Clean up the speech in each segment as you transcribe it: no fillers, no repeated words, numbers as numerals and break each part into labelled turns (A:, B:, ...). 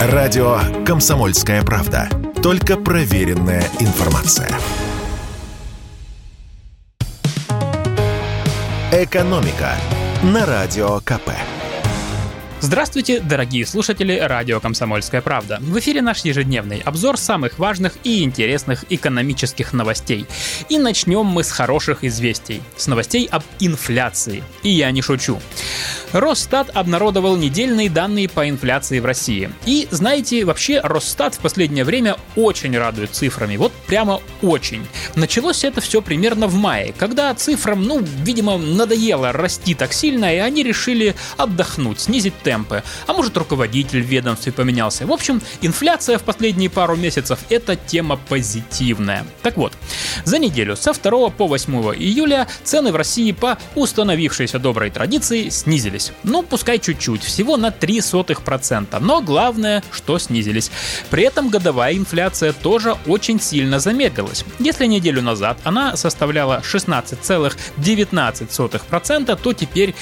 A: Радио «Комсомольская правда». Только проверенная информация. «Экономика» на Радио КП.
B: Здравствуйте, дорогие слушатели радио «Комсомольская правда». В эфире наш ежедневный обзор самых важных и интересных экономических новостей. И начнем мы с хороших известий. С новостей об инфляции. И я не шучу. Росстат обнародовал недельные данные по инфляции в России. И, знаете, вообще Росстат в последнее время очень радует цифрами. Вот прямо очень. Началось это все примерно в мае, когда цифрам, видимо, надоело расти так сильно, и они решили отдохнуть, снизить темпы. А может, руководитель в ведомстве поменялся. В общем, инфляция в последние пару месяцев – это тема позитивная. Так вот, за неделю со 2 по 8 июля цены в России по установившейся доброй традиции снизились. Пускай чуть-чуть, всего на 0,03%, но главное, что снизились. При этом годовая инфляция тоже очень сильно замедлилась. Если неделю назад она составляла 16,19%, то теперь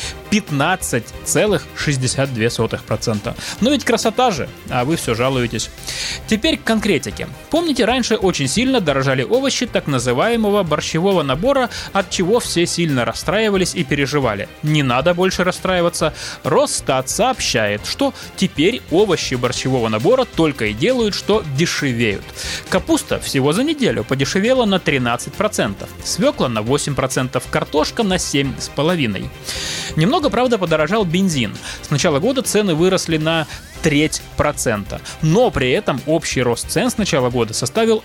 B: 15,62%. Но ведь красота же, а вы все жалуетесь. Теперь к конкретике. Помните, раньше очень сильно дорожали овощи так называемого борщевого набора, от чего все сильно расстраивались и переживали. Не надо больше расстраиваться. Росстат сообщает, что теперь овощи борщевого набора только и делают, что дешевеют. Капуста всего за неделю подешевела на 13%, свекла на 8%, картошка на 7,5%. Немного, правда, подорожал бензин. С начала года цены выросли на 0,03%. Но при этом общий рост цен с начала года составил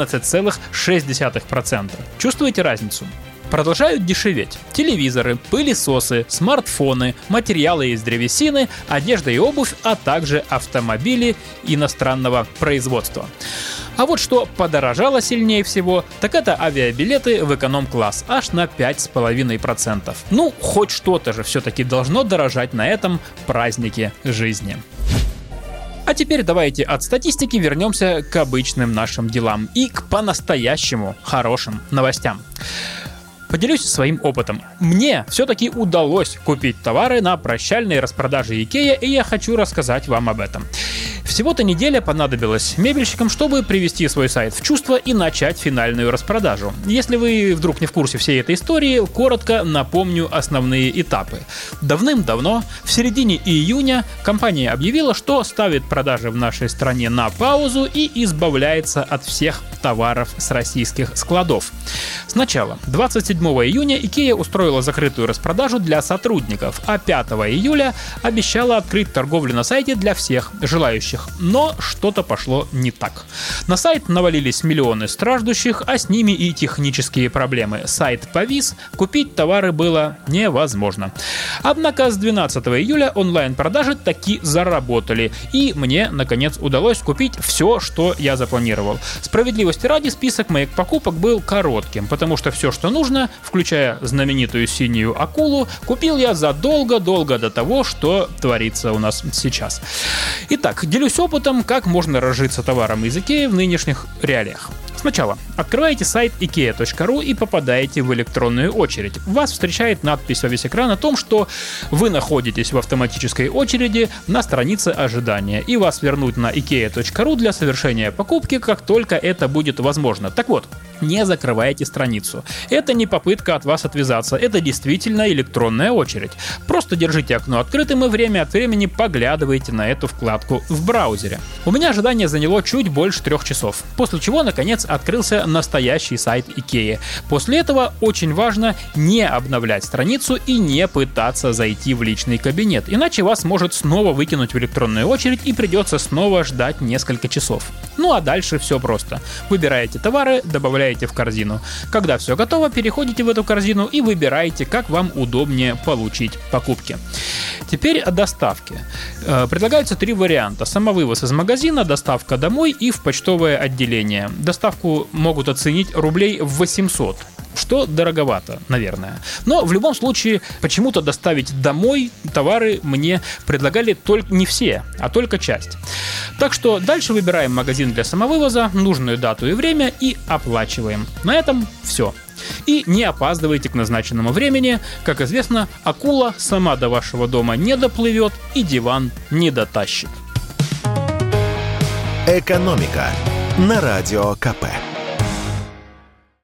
B: 11,6%. Чувствуете разницу? Продолжают дешеветь телевизоры, пылесосы, смартфоны, материалы из древесины, одежда и обувь, а также автомобили иностранного производства. А вот что подорожало сильнее всего, так это авиабилеты в эконом-класс аж на 5,5%. Хоть что-то же все-таки должно дорожать на этом празднике жизни. А теперь давайте от статистики вернемся к обычным нашим делам и к по-настоящему хорошим новостям. Поделюсь своим опытом. Мне все-таки удалось купить товары на прощальной распродаже IKEA, и я хочу рассказать вам об этом. Всего-то неделя понадобилась мебельщикам, чтобы привести свой сайт в чувство и начать финальную распродажу. Если вы вдруг не в курсе всей этой истории, коротко напомню основные этапы. Давным-давно, в середине июня, компания объявила, что ставит продажи в нашей стране на паузу и избавляется от всех товаров с российских складов. Сначала, 27 июня, IKEA устроила закрытую распродажу для сотрудников, а 5 июля обещала открыть торговлю на сайте для всех желающих. Но что-то пошло не так. На сайт навалились миллионы страждущих, а с ними и технические проблемы. Сайт повис, купить товары было невозможно. Однако с 12 июля онлайн-продажи таки заработали, и мне, наконец, удалось купить все, что я запланировал. Справедливости ради, список моих покупок был коротким, потому что все, что нужно, включая знаменитую синюю акулу, купил я задолго-долго до того, что творится у нас сейчас. Итак, делюсь опытом, как можно разжиться товаром из IKEA в нынешних реалиях. Сначала открываете сайт ikea.ru и попадаете в электронную очередь. Вас встречает надпись во весь экран о том, что вы находитесь в автоматической очереди на странице ожидания, и вас вернут на ikea.ru для совершения покупки, как только это будет возможно. Так вот, не закрывайте страницу. Это не попытка от вас отвязаться, это действительно электронная очередь. Просто держите окно открытым и время от времени поглядывайте на эту вкладку в браузере. У меня ожидание заняло чуть больше 3 часов, после чего, наконец, открылся настоящий сайт IKEA. После этого очень важно не обновлять страницу и не пытаться зайти в личный кабинет, иначе вас может снова выкинуть в электронную очередь и придется снова ждать несколько часов. А дальше все просто. Выбираете товары, добавляете в корзину. Когда все готово, переходите в эту корзину и выбираете, как вам удобнее получить покупки. Теперь о доставке. Предлагаются 3 варианта. Самовывоз из магазина, доставка домой и в почтовое отделение. Доставку могут оценить рублей в 800. что дороговато, наверное. Но в любом случае почему-то доставить домой товары мне предлагали только не все, а только часть. Так что дальше выбираем магазин для самовывоза, нужную дату и время и оплачиваем. На этом все. И не опаздывайте к назначенному времени. Как известно, акула сама до вашего дома не доплывет и диван не дотащит.
A: «Экономика» на Радио КП.